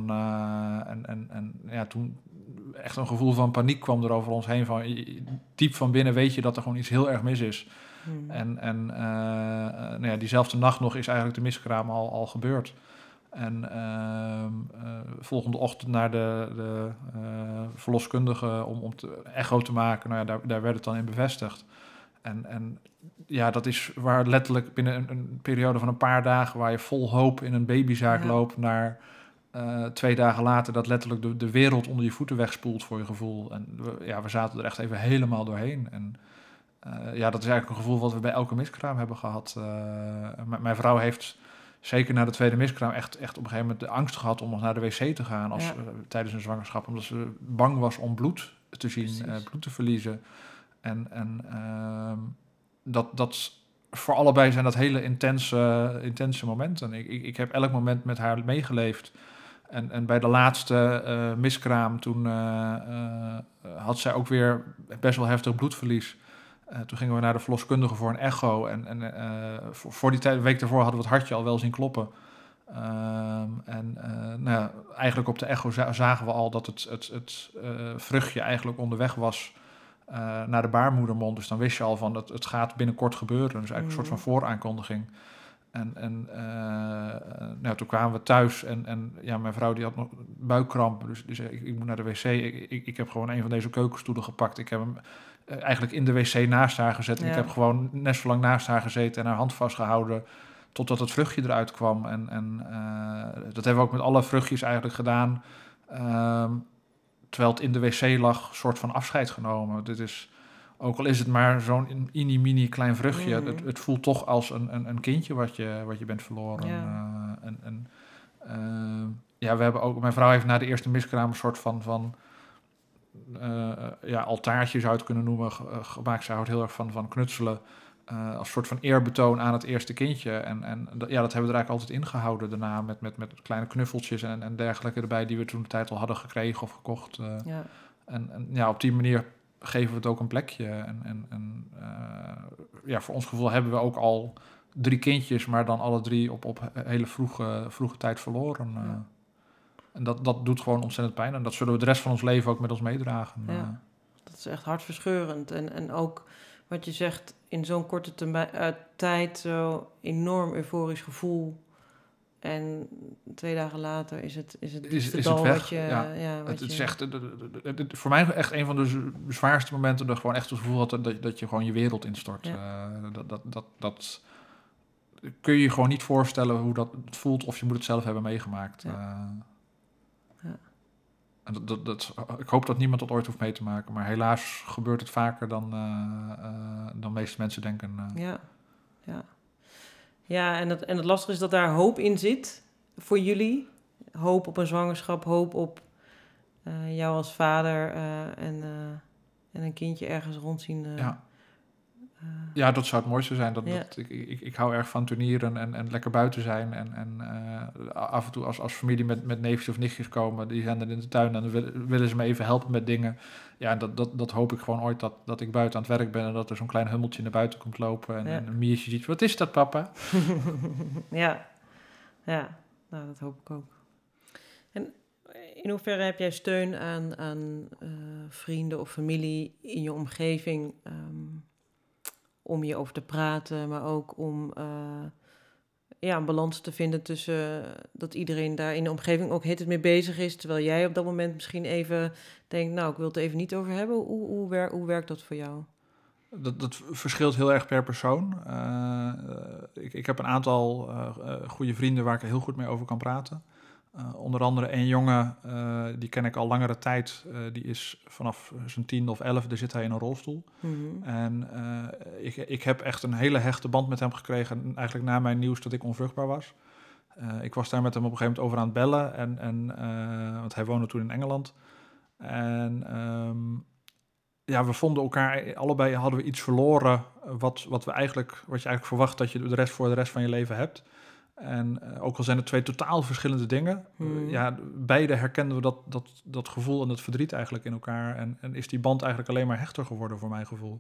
Toen echt een gevoel van paniek kwam er over ons heen. Van, diep van binnen weet je dat er gewoon iets heel erg mis is. Diezelfde nacht nog is eigenlijk de miskraam al gebeurd. En volgende ochtend naar de verloskundige om echo te maken. Nou ja, daar werd het dan in bevestigd. En dat is waar letterlijk binnen een periode van een paar dagen, waar je vol hoop in een babyzaak loopt, naar 2 dagen later dat letterlijk de wereld onder je voeten wegspoelt voor je gevoel. En we zaten er echt even helemaal doorheen. En dat is eigenlijk een gevoel wat we bij elke miskraam hebben gehad. Mijn vrouw heeft zeker na de tweede miskraam echt op een gegeven moment de angst gehad om nog naar de wc te gaan tijdens een zwangerschap. Omdat ze bang was om bloed te zien, bloed te verliezen. Dat voor allebei zijn dat hele intense momenten. Ik heb elk moment met haar meegeleefd. En bij de laatste miskraam, toen had zij ook weer best wel heftig bloedverlies. Toen gingen we naar de verloskundige voor een echo. Voor die tijd, een week daarvoor, hadden we het hartje al wel zien kloppen. Eigenlijk op de echo zagen we al dat het vruchtje eigenlijk onderweg was naar de baarmoedermond. Dus dan wist je al van het gaat binnenkort gebeuren. Dus eigenlijk een soort van vooraankondiging. Toen kwamen we thuis en mijn vrouw die had nog buikkrampen. Dus die zei, ik moet naar de wc. Ik heb gewoon een van deze keukenstoelen gepakt. Ik heb hem eigenlijk in de wc naast haar gezet. En ik heb gewoon net zo lang naast haar gezeten en haar hand vastgehouden totdat het vruchtje eruit kwam. Dat hebben we ook met alle vruchtjes eigenlijk gedaan. Terwijl het in de wc lag, soort van afscheid genomen. Dit is, ook al is het maar zo'n mini klein vruchtje, het voelt toch als een kindje wat je bent verloren. We hebben ook, mijn vrouw heeft na de eerste miskraam een soort van altaartje zou je het kunnen noemen, gemaakt. Zij houdt heel erg van knutselen. Als soort van eerbetoon aan het eerste kindje. Dat hebben we er eigenlijk altijd ingehouden daarna. Met kleine knuffeltjes en dergelijke erbij die we toen de tijd al hadden gekregen of gekocht. Op die manier geven we het ook een plekje. Voor ons gevoel hebben we ook al 3 kindjes, maar dan alle 3 op hele vroege tijd verloren. En dat doet gewoon ontzettend pijn. En dat zullen we de rest van ons leven ook met ons meedragen. Ja, dat is echt hartverscheurend. En ook wat je zegt, in zo'n korte tijd zo enorm euforisch gevoel. En 2 dagen later is het weg. Het is echt voor mij echt een van de zwaarste momenten dat gewoon echt het gevoel had dat je gewoon je wereld instort. Ja. Dat kun je je gewoon niet voorstellen hoe dat voelt, of je moet het zelf hebben meegemaakt. En ik hoop dat niemand dat ooit hoeft mee te maken, maar helaas gebeurt het vaker dan de meeste mensen denken. Ja, en het lastige is dat daar hoop in zit voor jullie. Hoop op een zwangerschap, hoop op jou als vader en een kindje ergens rondzien. Ja. Ja, dat zou het mooiste zijn. Ja. Ik hou erg van turnieren en lekker buiten zijn. En af en toe als familie met neefjes of nichtjes komen, die zijn er in de tuin en dan willen ze me even helpen met dingen. Ja, dat hoop ik gewoon ooit dat ik buiten aan het werk ben en dat er zo'n klein hummeltje naar buiten komt lopen en een miertje ziet. Wat is dat, papa? Ja, nou, dat hoop ik ook. En in hoeverre heb jij steun aan vrienden of familie in je omgeving om je over te praten, maar ook om een balans te vinden tussen dat iedereen daar in de omgeving ook het mee bezig is, terwijl jij op dat moment misschien even denkt, nou, ik wil het even niet over hebben. Hoe werkt dat voor jou? Dat verschilt heel erg per persoon. Ik heb een aantal goede vrienden waar ik er heel goed mee over kan praten. Onder andere een jongen, die ken ik al langere tijd. Die is vanaf zijn 10 of 11, zit hij in een rolstoel. Mm-hmm. En ik heb echt een hele hechte band met hem gekregen, eigenlijk na mijn nieuws dat ik onvruchtbaar was. Ik was daar met hem op een gegeven moment over aan het bellen, want hij woonde toen in Engeland. En we vonden elkaar, allebei hadden we iets verloren wat je eigenlijk verwacht dat je voor de rest van je leven hebt. En ook al zijn het twee totaal verschillende dingen, beide herkenden we dat gevoel en dat verdriet eigenlijk in elkaar. En is die band eigenlijk alleen maar hechter geworden voor mijn gevoel.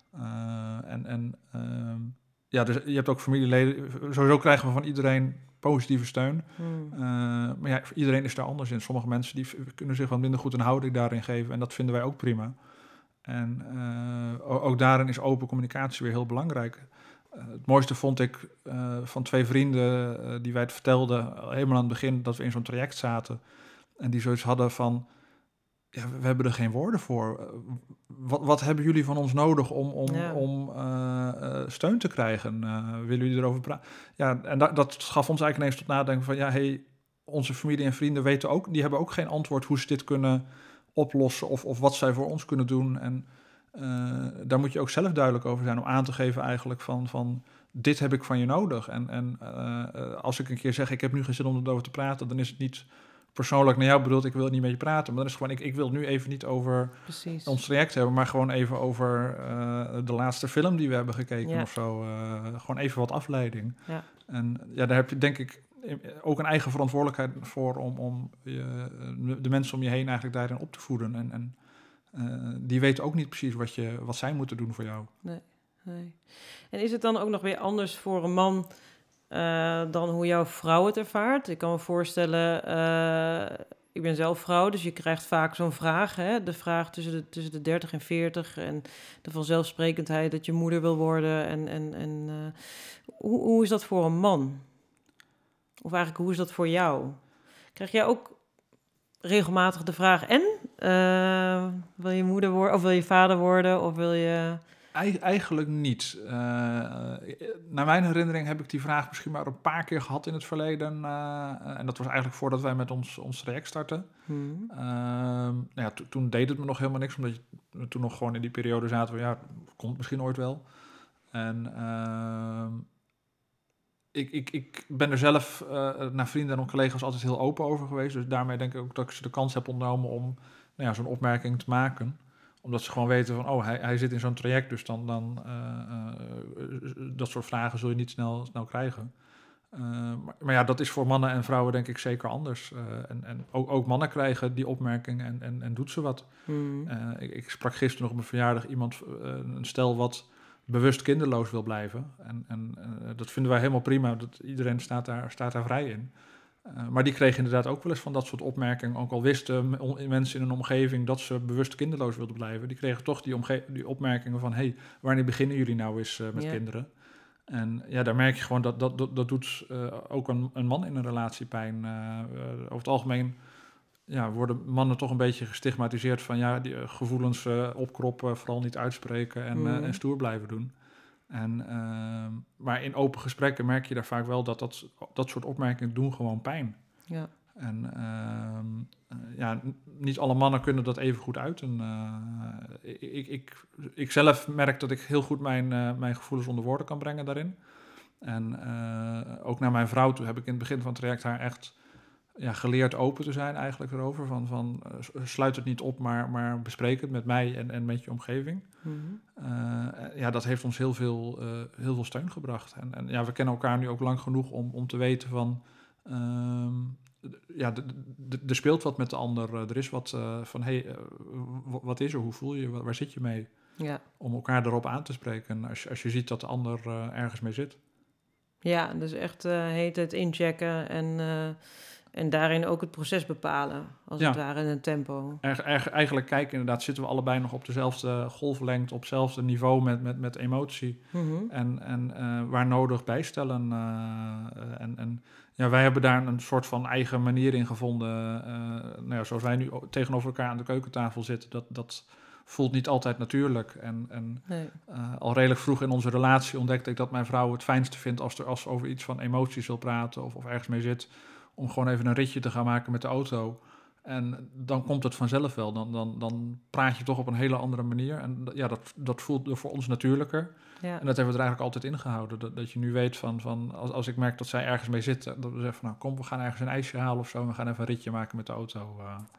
Dus je hebt ook familieleden. Sowieso krijgen we van iedereen positieve steun. Maar ja, iedereen is daar anders in. Sommige mensen die kunnen zich wat minder goed een houding daarin geven. En dat vinden wij ook prima. En ook daarin is open communicatie weer heel belangrijk. Het mooiste vond ik van 2 vrienden die wij het vertelden, helemaal aan het begin, dat we in zo'n traject zaten. En die zoiets hadden van, ja, we hebben er geen woorden voor. Wat hebben jullie van ons nodig om steun te krijgen? Willen jullie erover praten? Ja, en dat gaf ons eigenlijk ineens tot nadenken van, ja, onze familie en vrienden weten ook, die hebben ook geen antwoord hoe ze dit kunnen oplossen of wat zij voor ons kunnen doen. En daar moet je ook zelf duidelijk over zijn om aan te geven eigenlijk van dit heb ik van je nodig. En als ik een keer zeg, ik heb nu geen zin om erover te praten, dan is het niet persoonlijk naar jou bedoeld, ik wil niet met je praten. Maar dan is het gewoon, ik wil nu even niet over ons traject hebben, maar gewoon even over de laatste film die we hebben gekeken of zo. Gewoon even wat afleiding. Ja. En ja, daar heb je denk ik ook een eigen verantwoordelijkheid voor om de mensen om je heen eigenlijk daarin op te voeden. En die weten ook niet precies wat zij moeten doen voor jou. Nee. En is het dan ook nog weer anders voor een man dan hoe jouw vrouw het ervaart? Ik kan me voorstellen, ik ben zelf vrouw, dus je krijgt vaak zo'n vraag. Hè? De vraag tussen de 30 en 40 en de vanzelfsprekendheid dat je moeder wil worden. Hoe is dat voor een man? Of eigenlijk, hoe is dat voor jou? Krijg jij ook regelmatig de vraag, wil je moeder worden of wil je vader worden of wil je... Eigenlijk niet. Naar mijn herinnering heb ik die vraag misschien maar een paar keer gehad in het verleden. En dat was eigenlijk voordat wij met ons traject startten. Toen deed het me nog helemaal niks, omdat je toen nog gewoon in die periode zaten we, komt misschien ooit wel. En ik ben er zelf naar vrienden en collega's altijd heel open over geweest. Dus daarmee denk ik ook dat ik ze de kans heb ontnomen om zo'n opmerking te maken. Omdat ze gewoon weten van, hij zit in zo'n traject, dus dan dat soort vragen zul je niet snel krijgen. Maar ja, dat is voor mannen en vrouwen denk ik zeker anders. En ook mannen krijgen die opmerking en doet ze wat. Ik sprak gisteren nog op mijn verjaardag een stel wat bewust kinderloos wil blijven. En dat vinden wij helemaal prima. Iedereen staat daar vrij in. Maar die kregen inderdaad ook wel eens van dat soort opmerkingen. Ook al wisten mensen in een omgeving dat ze bewust kinderloos wilden blijven. Die kregen toch die opmerkingen van, hey, wanneer beginnen jullie nou eens met kinderen? En ja, daar merk je gewoon dat doet ook een man in een relatie pijn. Over het algemeen worden mannen toch een beetje gestigmatiseerd van die gevoelens opkroppen, vooral niet uitspreken en stoer blijven doen. Maar in open gesprekken merk je daar vaak wel dat soort opmerkingen doen gewoon pijn. Ja. En niet alle mannen kunnen dat even goed uiten. Ik zelf merk dat ik heel goed mijn gevoelens onder woorden kan brengen daarin. En ook naar mijn vrouw toe heb ik in het begin van het traject haar echt geleerd open te zijn eigenlijk erover. Sluit het niet op, maar bespreek het met mij en met je omgeving. Dat heeft ons heel veel steun gebracht. En we kennen elkaar nu ook lang genoeg om te weten van... er speelt wat met de ander. Er is wat van, wat is er? Hoe voel je? Waar zit je mee? Ja. Om elkaar erop aan te spreken als je ziet dat de ander ergens mee zit. Ja, dus echt heet het inchecken en daarin ook het proces bepalen, als het ware, in een tempo. Eigenlijk kijken, inderdaad, zitten we allebei nog op dezelfde golflengte, op hetzelfde niveau met emotie. En waar nodig bijstellen. Wij hebben daar een soort van eigen manier in gevonden. Zoals wij nu tegenover elkaar aan de keukentafel zitten, dat voelt niet altijd natuurlijk. Al redelijk vroeg in onze relatie ontdekte ik dat mijn vrouw het fijnste vindt als ze over iets van emoties wil praten of ergens mee zit, om gewoon even een ritje te gaan maken met de auto. En dan komt het vanzelf wel. Dan praat je toch op een hele andere manier. En dat voelt voor ons natuurlijker. Ja. En dat hebben we er eigenlijk altijd ingehouden. Dat je nu weet van als ik merk dat zij ergens mee zit, dat we zeggen van, nou kom, we gaan ergens een ijsje halen of zo. En we gaan even een ritje maken met de auto.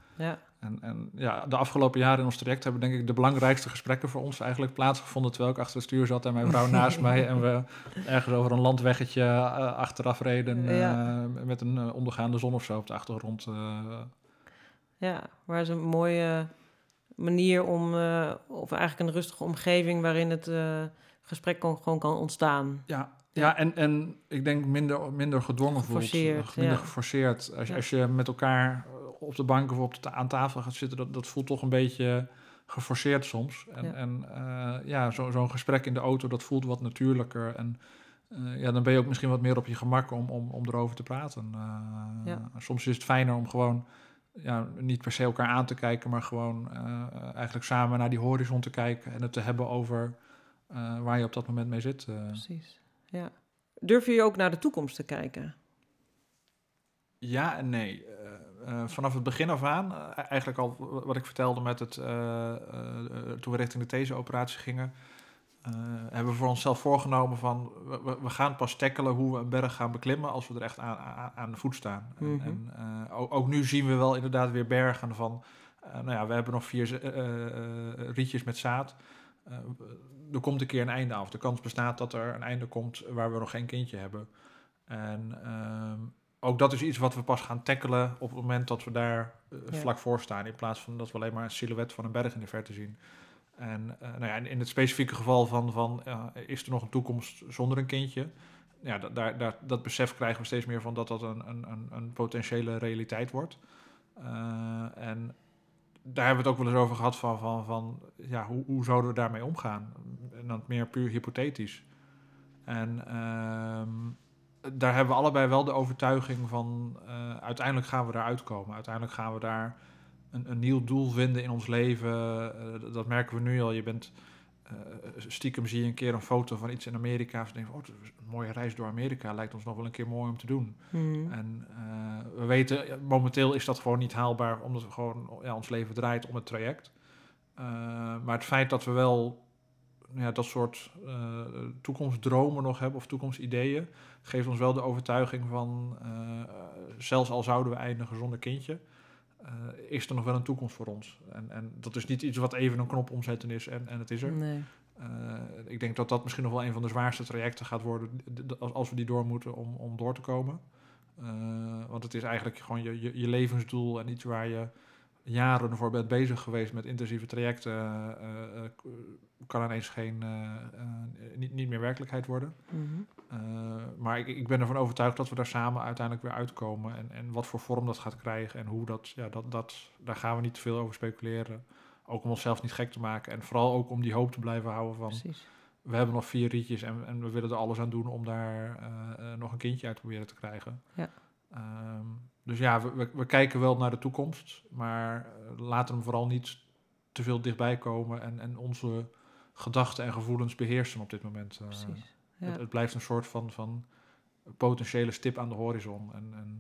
De afgelopen jaren in ons traject hebben denk ik de belangrijkste gesprekken voor ons eigenlijk plaatsgevonden, terwijl ik achter het stuur zat en mijn vrouw naast mij en we ergens over een landweggetje achteraf reden met een ondergaande zon of zo op de achtergrond. Ja, maar het is een mooie manier om, of eigenlijk een rustige omgeving waarin het gesprek gewoon kan ontstaan. Ja, en ik denk minder gedwongen voelt. Minder geforceerd. Als je met elkaar op de bank of aan tafel gaat zitten, dat voelt toch een beetje geforceerd soms. Zo'n gesprek in de auto, dat voelt wat natuurlijker. En dan ben je ook misschien wat meer op je gemak om erover te praten. Soms is het fijner om gewoon niet per se elkaar aan te kijken, maar gewoon eigenlijk samen naar die horizon te kijken en het te hebben over waar je op dat moment mee zit. Precies, ja. Durf je ook naar de toekomst te kijken? Ja en nee. Vanaf het begin af aan, eigenlijk al wat ik vertelde met het toen we richting de theseoperatie gingen, hebben we voor onszelf voorgenomen van we gaan pas tackelen hoe we een berg gaan beklimmen als we er echt aan de voet staan. Ook nu zien we wel inderdaad weer bergen van, we hebben nog 4 rietjes met zaad. Er komt een keer een einde af. De kans bestaat dat er een einde komt waar we nog geen kindje hebben. En ook dat is iets wat we pas gaan tackelen op het moment dat we daar vlak voor staan, in plaats van dat we alleen maar een silhouet van een berg in de verte zien. En in het specifieke geval van is er nog een toekomst zonder een kindje? Ja, dat besef krijgen we steeds meer van dat een potentiële realiteit wordt. En daar hebben we het ook wel eens over gehad van hoe zouden we daarmee omgaan? En dan meer puur hypothetisch. En daar hebben we allebei wel de overtuiging van uiteindelijk gaan we daar uitkomen. Uiteindelijk gaan we daar een nieuw doel vinden in ons leven. Dat merken we nu al. Je bent stiekem zie je een keer een foto van iets in Amerika. Of denk je, een mooie reis door Amerika lijkt ons nog wel een keer mooi om te doen. En we weten, momenteel is dat gewoon niet haalbaar, omdat we gewoon ons leven draait om het traject. Maar het feit dat we wel dat soort toekomstdromen nog hebben of toekomstideeën, geeft ons wel de overtuiging van, zelfs al zouden we eindigen zonder kindje, is er nog wel een toekomst voor ons. En dat is niet iets wat even een knop omzetten is en het is er. Nee. Ik denk dat dat misschien nog wel een van de zwaarste trajecten gaat worden als we die door moeten om door te komen. Want het is eigenlijk gewoon je levensdoel en iets waar je jaren voor bent bezig geweest met intensieve trajecten, kan ineens niet meer werkelijkheid worden. Maar ik ben ervan overtuigd dat we daar samen uiteindelijk weer uitkomen. En wat voor vorm dat gaat krijgen en hoe daar gaan we niet te veel over speculeren. Ook om onszelf niet gek te maken. En vooral ook om die hoop te blijven houden van, precies, we hebben nog 4 rietjes en we willen er alles aan doen om daar nog een kindje uit proberen te krijgen. Ja. Dus we kijken wel naar de toekomst, maar laten hem vooral niet te veel dichtbij komen en onze gedachten en gevoelens beheersen op dit moment. Precies. Ja. Het blijft een soort van potentiële stip aan de horizon.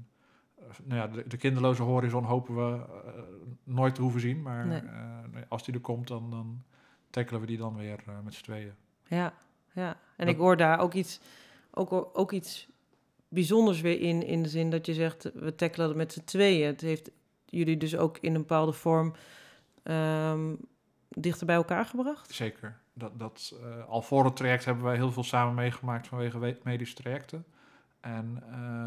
De kinderloze horizon hopen we nooit te hoeven zien, maar als die er komt, dan tackelen we die dan weer met z'n tweeën. Ja. En ik hoor daar ook iets bijzonders weer in de zin dat je zegt, we tackelen het met z'n tweeën. Het heeft jullie dus ook in een bepaalde vorm dichter bij elkaar gebracht? Zeker. Al voor het traject hebben wij heel veel samen meegemaakt vanwege medische trajecten. En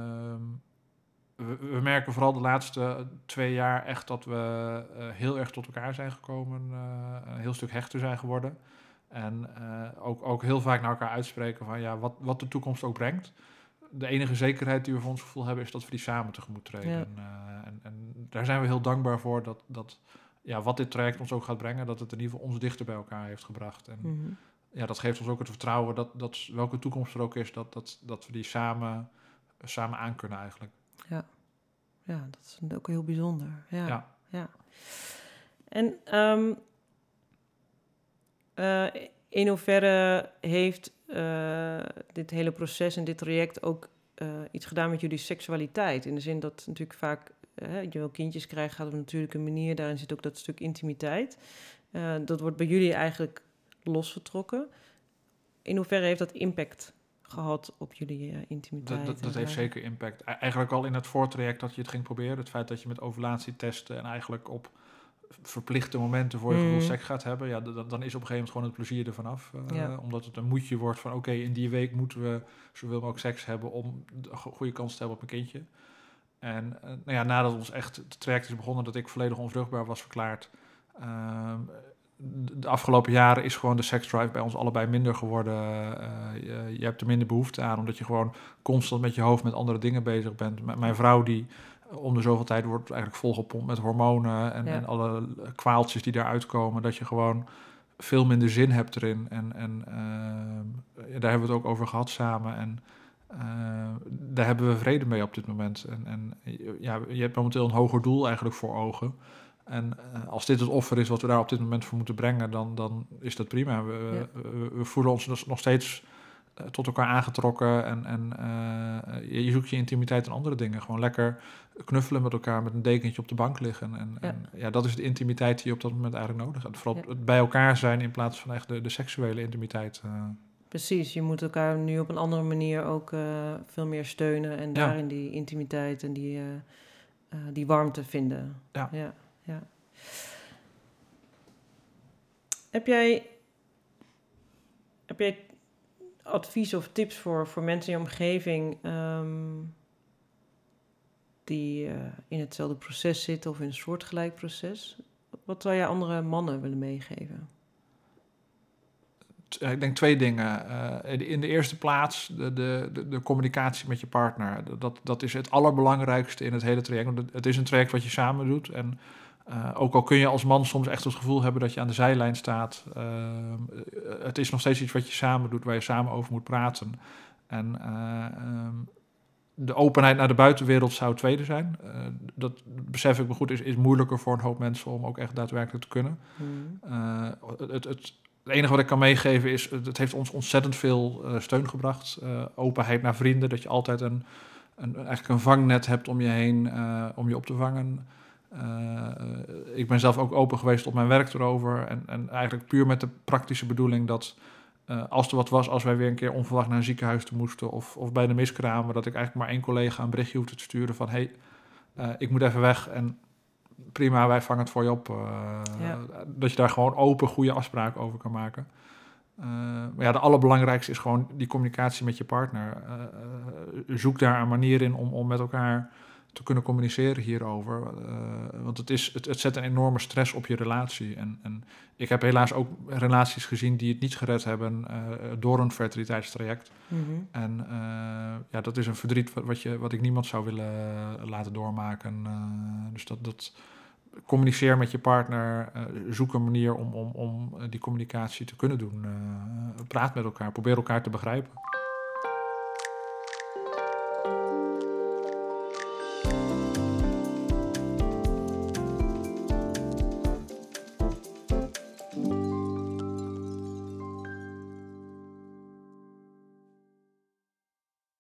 we merken vooral de laatste 2 jaar echt dat we heel erg tot elkaar zijn gekomen. Een heel stuk hechter zijn geworden. En ook heel vaak naar elkaar uitspreken van ja, wat de toekomst ook brengt. De enige zekerheid die we voor ons gevoel hebben is dat we die samen tegemoet treden. Ja. En daar zijn we heel dankbaar voor dat wat dit traject ons ook gaat brengen, dat het in ieder geval ons dichter bij elkaar heeft gebracht. En ja, dat geeft ons ook het vertrouwen dat welke toekomst er ook is, dat we die samen aan kunnen eigenlijk. Ja, dat is ook heel bijzonder. Ja. En in hoeverre heeft dit hele proces en dit traject ook iets gedaan met jullie seksualiteit? In de zin dat natuurlijk vaak je wil kindjes krijgt, gaat op een natuurlijke manier. Daarin zit ook dat stuk intimiteit. Dat wordt bij jullie eigenlijk losgetrokken. In hoeverre heeft dat impact gehad op jullie intimiteit? Dat heeft zeker impact. Eigenlijk al in het voortraject dat je het ging proberen. Het feit dat je met ovulatietesten en eigenlijk op verplichte momenten voor je gevoel seks gaat hebben. Ja, dan is op een gegeven moment gewoon het plezier ervan af. Omdat het een moedje wordt van oké, in die week moeten we zoveel mogelijk seks hebben om de goede kans te hebben op een kindje. En nadat ons echt het traject is begonnen, dat ik volledig onvruchtbaar was verklaard. De afgelopen jaren is gewoon de seksdrive bij ons allebei minder geworden. Je hebt er minder behoefte aan, omdat je gewoon constant met je hoofd met andere dingen bezig bent. Mijn vrouw die om de zoveel tijd wordt eigenlijk volgepompt met hormonen en alle kwaaltjes die daaruit komen, dat je gewoon veel minder zin hebt erin. Daar hebben we het ook over gehad samen. En daar hebben we vrede mee op dit moment. Je hebt momenteel een hoger doel eigenlijk voor ogen. En als dit het offer is wat we daar op dit moment voor moeten brengen, dan is dat prima. We voelen ons dus nog steeds tot elkaar aangetrokken. Je zoekt je intimiteit in andere dingen. Gewoon lekker knuffelen met elkaar, met een dekentje op de bank liggen. Dat is de intimiteit die je op dat moment eigenlijk nodig hebt. Vooral het bij elkaar zijn in plaats van echt de seksuele intimiteit. Precies, je moet elkaar nu op een andere manier ook veel meer steunen en daarin die intimiteit en die warmte vinden. Ja. Heb jij advies of tips voor mensen in je omgeving die in hetzelfde proces zitten of in een soortgelijk proces? Wat zou je andere mannen willen meegeven? Ik denk 2 dingen. In de eerste plaats de communicatie met je partner. Dat is het allerbelangrijkste in het hele traject. Want het is een traject wat je samen doet. En ook al kun je als man soms echt het gevoel hebben dat je aan de zijlijn staat. Het is nog steeds iets wat je samen doet, waar je samen over moet praten. En de openheid naar de buitenwereld zou het tweede zijn. Dat besef ik me goed, is moeilijker voor een hoop mensen om ook echt daadwerkelijk te kunnen. Het enige wat ik kan meegeven is, het heeft ons ontzettend veel steun gebracht. Openheid naar vrienden, dat je altijd eigenlijk een vangnet hebt om je heen, om je op te vangen. Ik ben zelf ook open geweest op mijn werk erover. En eigenlijk puur met de praktische bedoeling dat als er wat was, als wij weer een keer onverwacht naar een ziekenhuis toe moesten of bij de miskramen, dat ik eigenlijk maar 1 collega een berichtje hoefde te sturen van hey, ik moet even weg en prima, wij vangen het voor je op. Dat je daar gewoon open, goede afspraken over kan maken. Maar de allerbelangrijkste is gewoon die communicatie met je partner. Zoek daar een manier in om met elkaar te kunnen communiceren hierover. Want het zet een enorme stress op je relatie. En ik heb helaas ook relaties gezien die het niet gered hebben door een fertiliteitstraject. Mm-hmm. En dat is een verdriet wat ik niemand zou willen laten doormaken. Dus dat communiceer met je partner, zoek een manier om die communicatie te kunnen doen. Praat met elkaar, probeer elkaar te begrijpen.